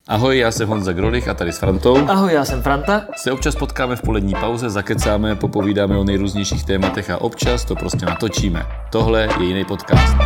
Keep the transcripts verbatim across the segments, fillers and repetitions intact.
Ahoj, já jsem Honza Grolich a tady s Frantou. Ahoj, já jsem Franta. Se občas potkáme v polední pauze, zakecáme, popovídáme o nejrůznějších tématech a občas to prostě natočíme. Tohle je jiný podcast.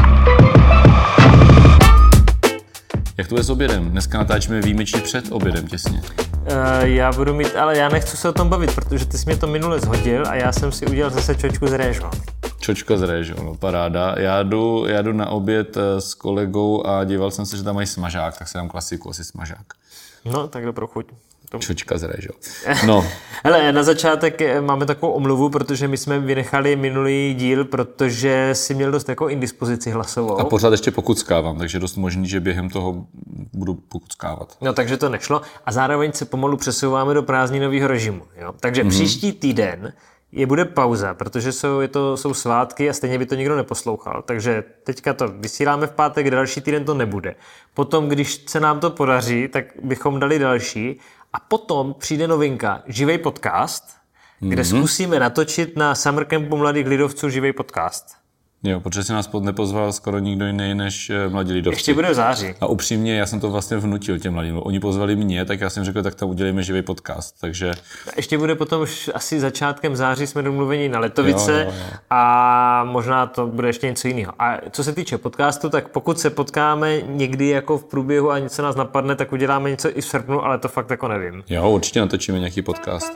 Jak to je s obědem? Dneska natáčíme výjimečně před obědem těsně. Uh, já budu mít, ale já nechci se o tom bavit, protože ty jsi mě to minule zhodil a já jsem si udělal zase čočku s réžou. Čočka s réžou, no paráda. Já jdu, já jdu na oběd s kolegou a díval jsem se, že tam mají smažák, tak si dám klasiku, asi smažák. No, tak dobrou chuť. Čočka s réžou. No. Hele, na začátek máme takovou omluvu, protože my jsme vynechali minulý díl, protože si měl dost jako indispozici hlasovou. A pořád ještě pokuckávám, takže dost možný, že během toho budu pokuckávat. No, takže to nešlo. A zároveň se pomalu přesouváme do prázdninového režimu. Jo? Takže mm-hmm. příští týden je bude pauza, protože jsou, je to, jsou svátky a stejně by to nikdo neposlouchal. Takže teďka to vysíláme v pátek, další týden to nebude. Potom, když se nám to podaří, tak bychom dali další. A potom přijde novinka, živej podcast, kde mm-hmm. zkusíme natočit na Summer Campu mladých lidovců živej podcast. Jo, protože si nás nepozval skoro nikdo jiný než mladí lidovci. Ještě bude v září. A upřímně, já jsem to vlastně vnutil těm mladým. Oni pozvali mě, tak já jsem řekl, tak tam udělejme živý podcast. Takže... Ještě bude potom už asi začátkem září, jsme domluveni na Letovice, jo, jo, jo. A možná to bude ještě něco jiného. A co se týče podcastu, tak pokud se potkáme někdy jako v průběhu a něco nás napadne, tak uděláme něco i v srpnu, ale to fakt jako nevím. Jo, určitě natočíme nějaký podcasty.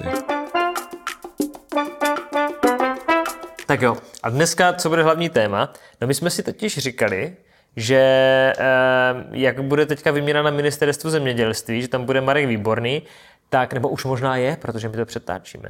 Tak jo, a dneska, co bude hlavní téma? No my jsme si totiž říkali, že eh, jak bude teďka výměna na ministerstvu zemědělství, že tam bude Marek Výborný, tak, nebo už možná je, protože my to přetáčíme.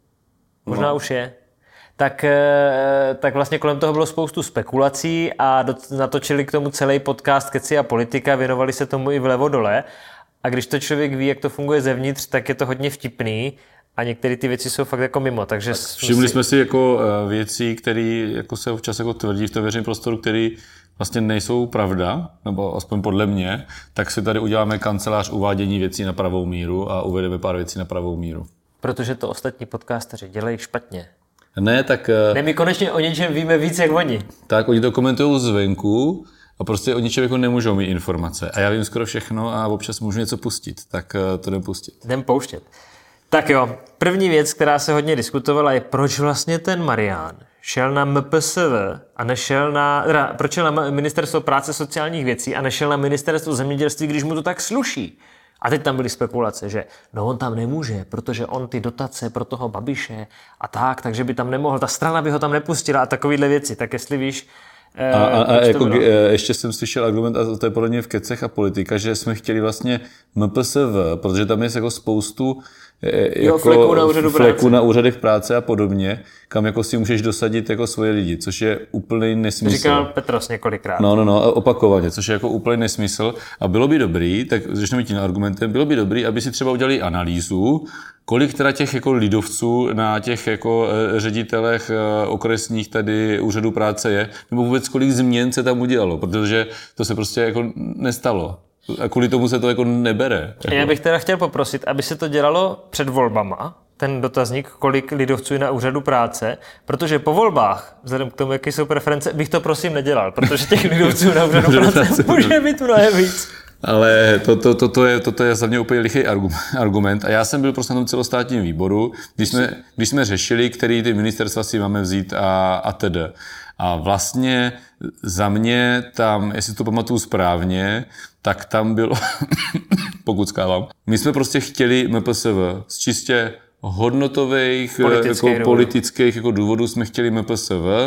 Možná no. už je. Tak, eh, tak vlastně kolem toho bylo spoustu spekulací a do, natočili k tomu celý podcast Keci a politika, věnovali se tomu i vlevo dole. A když to člověk ví, jak to funguje zevnitř, tak je to hodně vtipný. A některé ty věci jsou fakt jako mimo, takže... Tak všimli jsme si jako věci, které jako se občas jako tvrdí v tom veřejném prostoru, které vlastně nejsou pravda, nebo aspoň podle mě, tak si tady uděláme kancelář uvádění věcí na pravou míru a uvedeme pár věcí na pravou míru. Protože to ostatní podcasteři dělají špatně. Ne, tak... Ne, my konečně o něčem víme víc, jak oni. Tak, oni to komentují zvenku a prostě o ničem jako nemůžou mít informace. A já vím skoro všechno a občas můžu něco pustit, tak to jdem pustit. Jdem pouštět. Tak jo, první věc, která se hodně diskutovala, je, proč vlastně ten Marián šel na M P S V a nešel na, teda, proč šel na Ministerstvo práce sociálních věcí a nešel na Ministerstvo zemědělství, když mu to tak sluší. A teď tam byly spekulace, že no on tam nemůže, protože on ty dotace pro toho Babiše a tak, takže by tam nemohl, ta strana by ho tam nepustila a takovýhle věci. Tak jestli víš, A, a, a jako, ještě jsem slyšel argument, a to je podle mě v Kecech a politika, že jsme chtěli vlastně M P S V, protože tam je jako spoustu jako fleků na, úřadu fleku na úřadech práce a podobně, kam jako si můžeš dosadit jako svoje lidi, což je úplný nesmysl. Říkal Petros několikrát. No, no, no, opakovaně, což je jako úplný nesmysl. A bylo by dobrý, tak začneme tím argumentem, bylo by dobrý, aby si třeba udělali analýzu, kolik teda těch jako lidovců na těch jako ředitelech okresních tady úřadu práce je, nebo vůbec kolik změn se tam udělalo, protože to se prostě jako nestalo. A kvůli tomu se to jako nebere. Jako. Já bych teda chtěl poprosit, aby se to dělalo před volbama, ten dotazník, kolik lidovců je na úřadu práce, protože po volbách, vzhledem k tomu, jaké jsou preference, bych to prosím nedělal, protože těch lidovců na úřadu práce může být mnohem víc. Ale to, to, to, to, je, to, to je za mě úplně lichý argument. A já jsem byl prostě na tom celostátním výboru, když jsme, když jsme řešili, který ty ministerstva si máme vzít a, a tedy. A vlastně za mě tam, jestli to pamatuju správně, tak tam bylo, pokud skávám, my jsme prostě chtěli M P S V z čistě hodnotových, Politický jako, politických jako důvodů jsme chtěli M P S V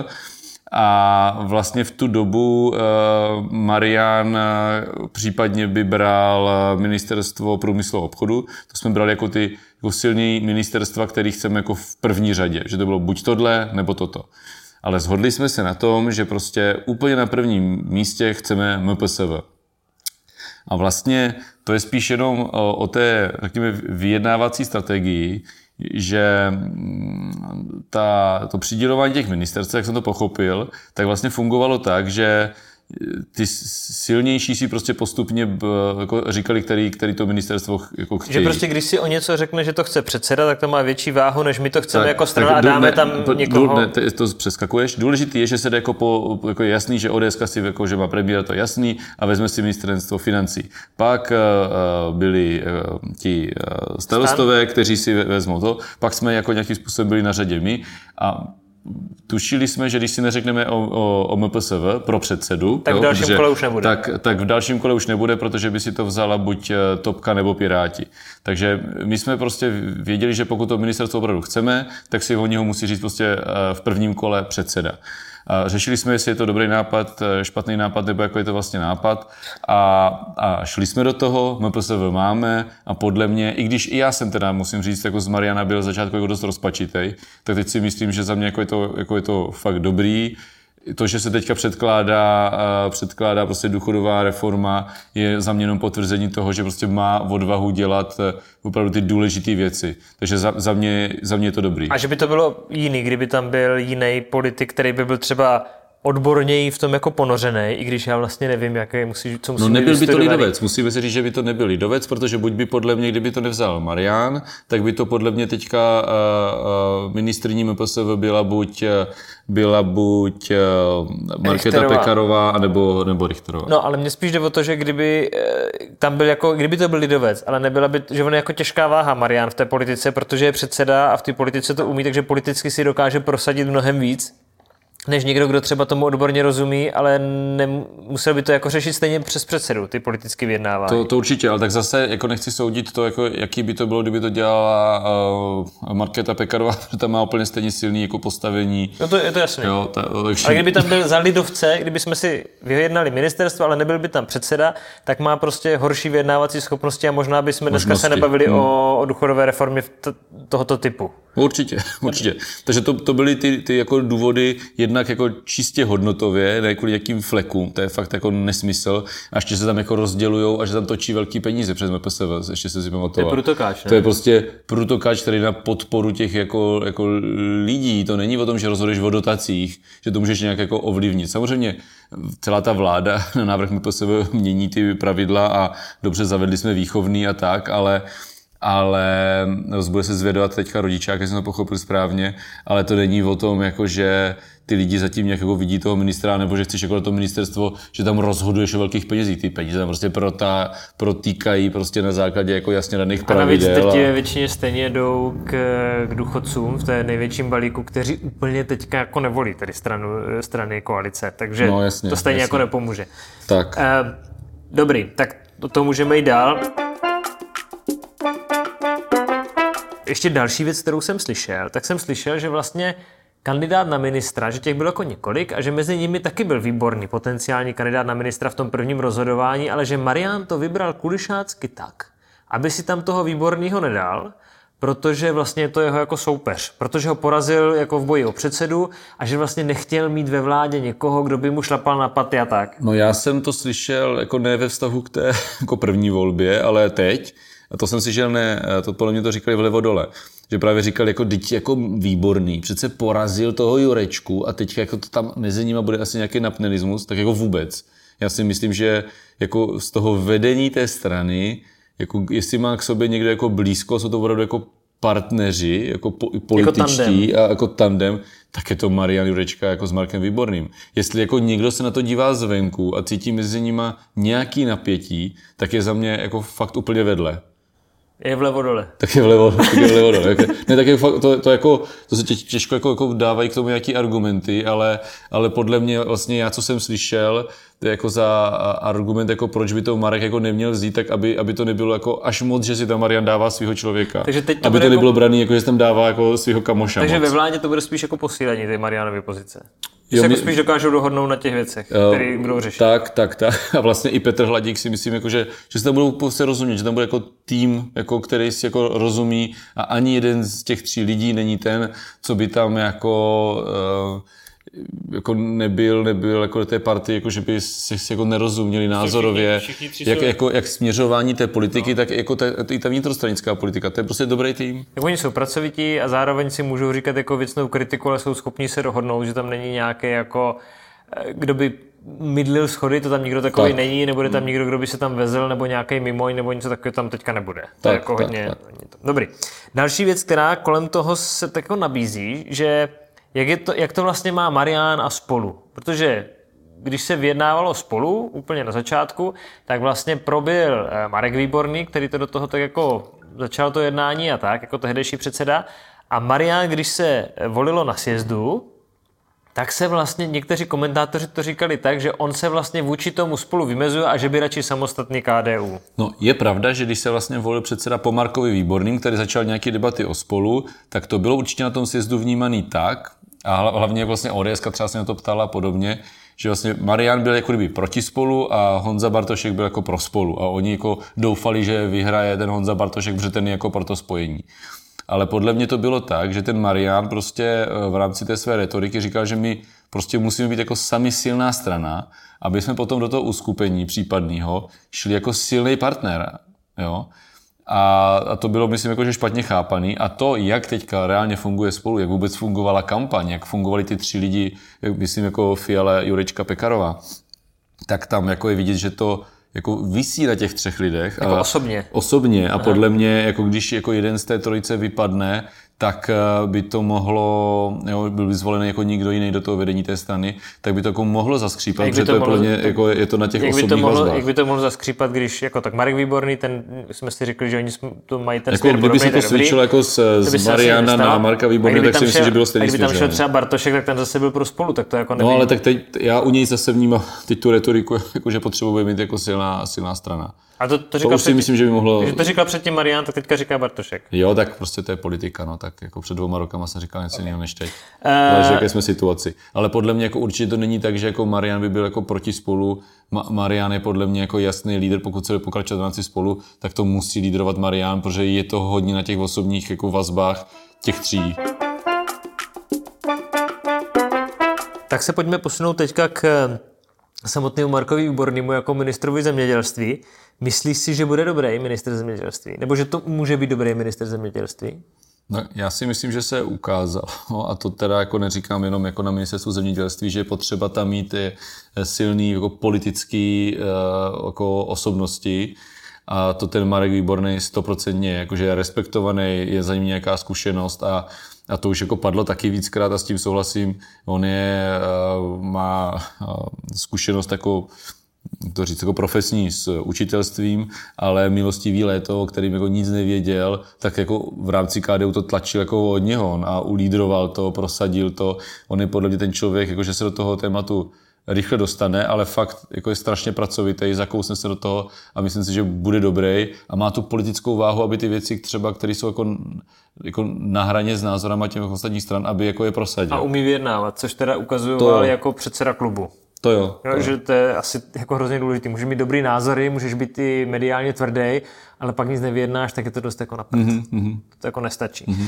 a vlastně v tu dobu uh, Marián uh, případně by bral ministerstvo průmyslu a obchodu, to jsme brali jako ty jako silný ministerstva, který chceme jako v první řadě, že to bylo buď tohle, nebo toto. Ale shodli jsme se na tom, že prostě úplně na prvním místě chceme M P S V. A vlastně to je spíš jenom o, o té, řekněme, vyjednávací strategii, že ta, to přidělování těch ministerstv, jak jsem to pochopil, tak vlastně fungovalo tak, že ty silnější si prostě postupně jako říkali, který, který to ministerstvo jako chtějí. Že prostě když si o něco řekne, že to chce předseda, tak to má větší váhu, než my to chceme tak, jako strana a dáme ne, tam někoho. Ne, to, to přeskakuješ. Důležitý je, že se jde jako, po, jako jasný, že O D S si jako, že má premiéra to jasný a vezme si ministerstvo financí. Pak uh, byli uh, ti uh, starostové, kteří si vezmou to, pak jsme jako nějakým způsobem byli na řadě my a tušili jsme, že když si neřekneme o, o, o M P S V pro předsedu, tak, jo, v dalším protože, kole už nebude. Tak, tak v dalším kole už nebude, protože by si to vzala buď Topka nebo Piráti. Takže my jsme prostě věděli, že pokud to ministerstvo opravdu chceme, tak si oni ho musí říct prostě v prvním kole předseda. A řešili jsme, jestli je to dobrý nápad, špatný nápad, nebo jako je to vlastně nápad. A, a šli jsme do toho, M P S V máme a podle mě, i když i já jsem teda, musím říct, jako z Mariana byl začátku jako dost rozpačitej, tak teď si myslím, že za mě jako je to, jako je to fakt dobrý. To, že se teďka předkládá, předkládá prostě důchodová reforma, je za mě jenom potvrzení toho, že prostě má odvahu dělat opravdu ty důležité věci. Takže za, za, mě, za mě je to dobrý. A že by to bylo jiný, kdyby tam byl jiný politik, který by byl třeba odborněji v tom jako ponořený, i když já vlastně nevím, jaké musí, co musí No nebyl by to lidovec, musíme si říct, že by to nebyl lidovec, protože buď by podle mě, kdyby to nevzal Marian, tak by to podle mě teďka uh, uh, ministryní M P S V byla buď, byla buď uh, Markéta Pekarová, anebo, nebo Richterová. No ale mně spíš jde o to, že kdyby uh, tam byl jako, kdyby to byl lidovec, ale nebyla by, že on je jako těžká váha Marian v té politice, protože je předseda a v té politice to umí, takže politicky si dokáže prosadit mnohem víc než někdo, kdo třeba tomu odborně rozumí, ale nemusel by to jako řešit stejně přes předsedu, ty politické vyjednávání. To, to určitě, ale tak zase jako nechci soudit to, jako, jaký by to bylo, kdyby to dělala uh, Markéta Pekarová, protože tam má úplně stejně silný jako postavení. No to je to jasné. Jo, ta, takže... Ale kdyby tam byl za lidovce, kdyby jsme si vyjednali ministerstvo, ale nebyl by tam předseda, tak má prostě horší vyjednávací schopnosti a možná bychom dneska Možnosti. se nebavili hmm. o, o důchodové reformě t- tohoto typu. Určitě, určitě. Takže to, to byly ty, ty jako důvody, jednak jako čistě hodnotově, ne kvůli jakým flekům, to je fakt jako nesmysl. A ještě se tam jako rozdělujou a že tam točí velký peníze přes M P S V, ještě se si pamatoval. To je průtokáč, ne? To je prostě průtokáč, který na podporu těch jako, jako lidí, to není o tom, že rozhoduješ o dotacích, že to můžeš nějak jako ovlivnit. Samozřejmě celá ta vláda na návrh M P S V mění ty pravidla a dobře zavedli jsme výchovný a tak, ale ale bude se zvědovat teďka rodičák, jestli jsem to pochopil správně, ale to není o tom, jako že ty lidi zatím nějak jako vidí toho ministra, nebo že chceš jako to ministerstvo, že tam rozhoduješ o velkých penězích. Ty peníze tam prostě protá, protýkají prostě na základě jako jasně daných pravidel. A navíc teď většině stejně jdou k, k důchodcům v té největším balíku, kteří úplně teďka jako nevolí tedy stranu, strany koalice, takže no, jasně, to stejně jasně. jako nepomůže. Tak. Uh, dobrý, tak to, to můžeme jít dál. Ještě další věc, kterou jsem slyšel, tak jsem slyšel, že vlastně kandidát na ministra, že těch bylo jako několik a že mezi nimi taky byl výborný potenciální kandidát na ministra v tom prvním rozhodování, ale že Marian to vybral kulišácky tak, aby si tam toho výborného nedal, protože vlastně je to jeho jako soupeř, protože ho porazil jako v boji o předsedu a že vlastně nechtěl mít ve vládě někoho, kdo by mu šlapal na paty a tak. No já jsem to slyšel jako ne ve vztahu k té jako první volbě, ale teď. A to jsem si žil ne, to podle mě to říkali vlevo dole, že právě říkali jako děti jako výborný, přece porazil toho Jurečku a teď jako to tam mezi nimi bude asi nějaký napnelismus, tak jako vůbec. Já si myslím, že jako z toho vedení té strany, jako jestli má k sobě někdo jako blízko, jsou to opravdu jako partneři, jako po, političtí jako a jako tandem, tak je to Marian Jurečka jako s Markem Výborným. Jestli jako někdo se na to dívá zvenku a cítí mezi nima nějaký napětí, tak je za mě jako fakt úplně vedle. Je vlevo dole. Tak je vlevo, tak je vlevo dole. Ne, tak je fakt, to, to, jako, to se těžko jako, jako dávají k tomu nějaký argumenty, ale, ale podle mě vlastně já, co jsem slyšel, to je jako za argument, jako proč by to Marek jako neměl vzít, tak aby, aby to nebylo jako až moc, že si tam Marian dává svého člověka. Takže teď to aby to nebylo jako... braný, jako že si tam dává jako svého kamoša. Takže moc. Ve vládě to bude spíš jako posílení té Marianovy pozice. Že se jako spíš dokážou dohodnout na těch věcech, které budou řešit. Tak, tak, tak. A vlastně i Petr Hladík si myslím, jako, že, že se tam budou prostě rozumět, že tam bude jako tým, jako, který si jako rozumí a ani jeden z těch tří lidí není ten, co by tam jako... Uh, jako nebyl, nebyl jako do té party, jako že by si jako nerozuměli názorově, všichni, všichni jak, jako, jak směřování té politiky, no. tak jako ta, i ta vnitrostranická politika, to je prostě dobrý tým. Tak oni jsou pracovití a zároveň si můžou říkat jako věcnou kritiku, ale jsou schopní se dohodnout, že tam není nějaký jako, kdo by mydlil schody, to tam nikdo takový tak. není, nebude tam nikdo, kdo by se tam vezl, nebo nějaký mimoj, nebo něco takového tam teďka nebude. To tak, je jako tak, hodně... tak. Dobrý. Další věc, která kolem toho se tak jako nabízí, že jak, je to, jak to vlastně má Marian a Spolu. Protože když se vyjednávalo Spolu úplně na začátku, tak vlastně probyl Marek Výborný, který to do toho tak jako začal to jednání a tak, jako tehdejší předseda. A Marian, když se volilo na sjezdu, tak se vlastně někteří komentátoři to říkali tak, že on se vlastně vůči tomu Spolu vymezuje a že by radši samostatný K D U. No je pravda, že když se vlastně volil předseda po Markovi Výborným, který začal nějaké debaty o Spolu, tak to bylo určitě na tom sjezdu vnímaný tak, a hlavně vlastně O D S třeba se na to ptala a podobně, že vlastně Marian byl jako kdyby proti Spolu a Honza Bartošek byl jako pro Spolu a oni jako doufali, že vyhraje ten Honza Bartošek, protože ten je jako pro to spojení. Ale podle mě to bylo tak, že ten Marian prostě v rámci té své retoriky říkal, že my prostě musíme být jako sami silná strana, aby jsme potom do toho uskupení případného šli jako silný partner. Jo? A, a to bylo, myslím, jako, že špatně chápaný. A to, jak teďka reálně funguje Spolu, jak vůbec fungovala kampaň, jak fungovali ty tři lidi, myslím, jako Fiala, Jurečka, Pekarová, tak tam jako je vidět, že to jako visí na těch třech lidech. Jako a osobně. Osobně. A podle mě, jako když jako jeden z té trojice vypadne, tak by to mohlo, jo, byl by zvolený jako nikdo jiný do toho vedení té strany, tak by to jako mohlo zaskřípat, protože to, to je podle mě, jako je to na těch jak osobních by to mohlo, vazbách. Jak by to mohlo zaskřípat, když jako tak Marek Výborný, ten jsme si řekli, že oni to mají ten jako směr kdyby podobný, se to switchilo jako z, z Mariana na Marka Výborný, tak si myslím, že bylo stejný směr. Kdyby tam šel třeba Bartošek, tak ten zase byl pro Spolu, tak to jako nevím. No ale tak teď já u něj zase vnímám teď tu retoriku, jako že potřebuje mít jako silná, silná strana. A to, to, to říkal už si myslím, že by mohlo... Když to říkal předtím Marian, tak teďka říká Bartošek. Jo, tak prostě to je politika, no, tak jako před dvouma rokama jsem říkal něco jiného než teď. Uh... Záleží, jaké jsme situaci. Ale podle mě jako určitě to není tak, že jako Marian by byl jako proti Spolu. Ma- Marian je podle mě jako jasný lídr, pokud se bude pokračovat v rámci Spolu, tak to musí lídrovat Marian, protože je to hodně na těch osobních jako vazbách těch tří. Tak se pojďme posunout teďka k samotnému Markovi Výbornému jako ministrovi zemědělství. Myslíš si, že bude dobrý ministr zemědělství? Nebo že to může být dobrý ministr zemědělství? No, já si myslím, že se ukázalo, a to teda jako neříkám jenom jako na ministerstvu zemědělství, že je potřeba tam mít silný jako politický jako osobnosti, a to ten Marek Výborný stoprocentně, jakože je respektovaný, je za ním nějaká zkušenost a A to už jako padlo taky víckrát a s tím souhlasím. On je, má zkušenost jako, to říct, jako profesní s učitelstvím, ale milostivý léto, o kterým jako nic nevěděl, tak jako v rámci K D U to tlačil jako od něho a ulídroval to, prosadil to. On je podle mě ten člověk, jako že se do toho tématu rychle dostane, ale fakt jako je strašně pracovitý, zakousne se do toho a myslím si, že bude dobrý a má tu politickou váhu, aby ty věci třeba, které jsou jako, jako na hraně s názorama těch ostatních stran, aby jako je prosadil. A umí vyjednávat, což teda ukazoval jako předseda klubu. To jo. jo to že to je asi jako hrozně důležitý. Můžeš mít dobrý názory, můžeš být i mediálně tvrdý, ale pak nic nevyjednáš, tak je to dost jako na prd. Mm-hmm. To jako nestačí. Mm-hmm.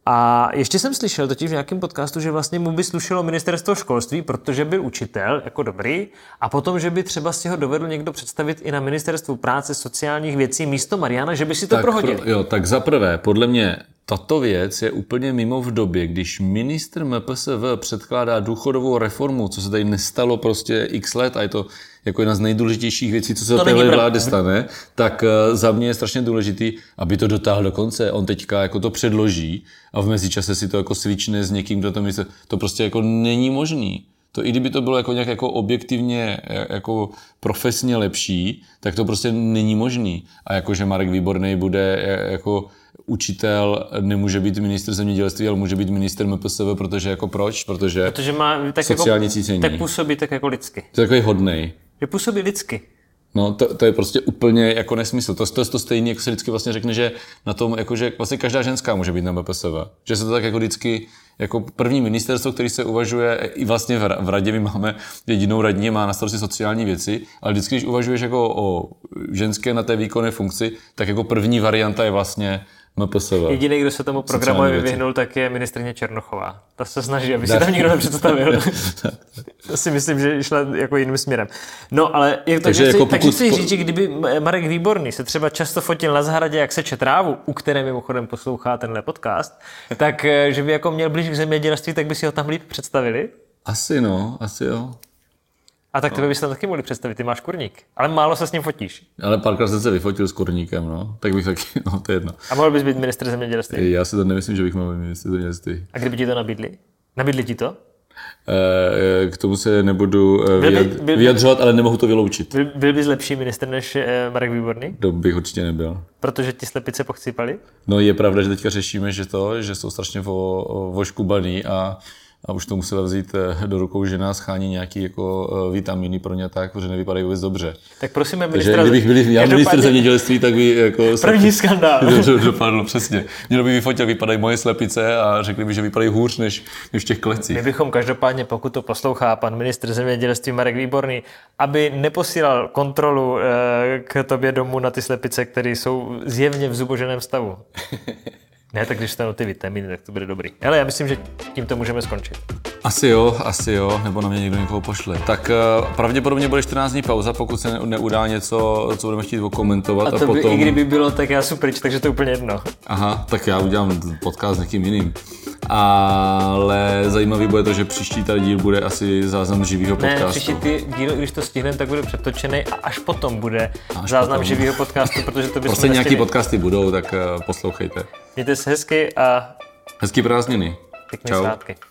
A ještě jsem slyšel totiž v nějakém podcastu, že vlastně mu by slušelo ministerstvo školství, protože byl učitel, jako dobrý, a potom, že by třeba si ho dovedl někdo představit i na ministerstvu práce, sociálních věcí místo Mariana, že by si to tak, prohodili. Pro, jo, tak za prvé, podle mě tato věc je úplně mimo v době, když ministr M P S V předkládá důchodovou reformu, co se tady nestalo prostě x let a je to jako jedna z nejdůležitějších věcí, co se do téhle vlády stane, tak za mě je strašně důležitý, aby to dotáhl do konce. On teďka jako to předloží a v mezičase si to jako svične s někým, kdo to myslí. To prostě jako není možný. To i kdyby to bylo jako nějak jako objektivně jako profesně lepší, tak to prostě není možný. A jakože Marek Výborný bude jako učitel, nemůže být ministr zemědělství, ale může být ministr M P S V, protože jako proč? Protože, protože má tak sociální jako, cítění. Tak působí tak jako lidsky. To je takový hodnej. Že působí lidsky. No, to, to je prostě úplně jako nesmysl. To, to je to stejné, jako se vždycky vlastně řekne, že na tom, jako, že vlastně každá ženská může být na M P S V. Že se to tak jako vždycky, jako první ministerstvo, který se uvažuje, i vlastně v, v radě my máme jedinou radní, má na starosti sociální věci, ale vždycky, když uvažuješ jako o ženské na té výkonné funkci, tak jako první varianta je vlastně M P S V. Jediný, kdo se tomu programu vyvihnul, tak je ministryně Černochová. Ta se snaží, aby si tam nikdo nepředstavil. To si myslím, že šla jako jiným směrem. No, ale jak, takže, jako chci, takže chci říct, že kdyby Marek Výborný se třeba často fotil na zahradě, jak seče trávu, u které mimochodem poslouchá tenhle podcast, tak že by jako měl blíž k zemědělství, tak by si ho tam líp představili? Asi no, asi jo. A tak to byste tam taky mohli představit, ty máš kurník, ale málo se s ním fotíš. Ale párkrát jsem se vyfotil s kurníkem, no, tak bych taky, no to je jedno. A mohl bys být ministr zemědělství? Já si to nemyslím, že bych mohl být ministr zemědělství. A kdyby ti to nabídli? Nabídli ti to? K tomu se nebudu vyjad, byl, byl, vyjadřovat, ale nemohu to vyloučit. Byl, byl bys lepší ministr než Marek Výborný? To bych určitě nebyl. Protože ti slepice pochcípaly? No je pravda, že teďka řešíme, že to, že jsou strašně vo, voškubaný a a už to musela vzít do rukou, že nás schání nějaký jako vitamíny pro ně tak, protože nevypadají vůbec dobře. Tak prosíme ministra... kdybych byl já ministr zemědělství, tak by jako... První skandál. Dopadlo, přesně. Někdo by vyfotil, vypadají moje slepice a řekli by, že vypadají hůř než, než v těch klecích. My bychom každopádně, pokud to poslouchá pan ministr zemědělství Marek Výborný, aby neposílal kontrolu k tobě domů na ty slepice, které jsou zjevně v zuboženém stavu. Ne, tak když stanou ty vitamíny, tak to bude dobrý. Ale já myslím, že tímto můžeme skončit. Asi jo, asi jo, nebo na mě někdo někoho pošle. Tak uh, pravděpodobně bude čtrnáct dní pauza, pokud se ne, neudá něco, co budeme chtít okomentovat. A to a by, potom... i kdyby bylo, tak já jsem pryč, takže to je úplně jedno. Aha, tak já udělám podcast s někým jiným. Ale zajímavý bude to, že příští tady díl bude asi záznam živého podcastu. Ne, příští ty díl, když to stihneme, tak bude přetočený a až potom bude až záznam potom. živého podcastu, protože to bychom prostě nějaký podcasty budou, tak uh, poslouchejte. Mějte se hezky a... Hezký prázdniny. Pěkné svátky.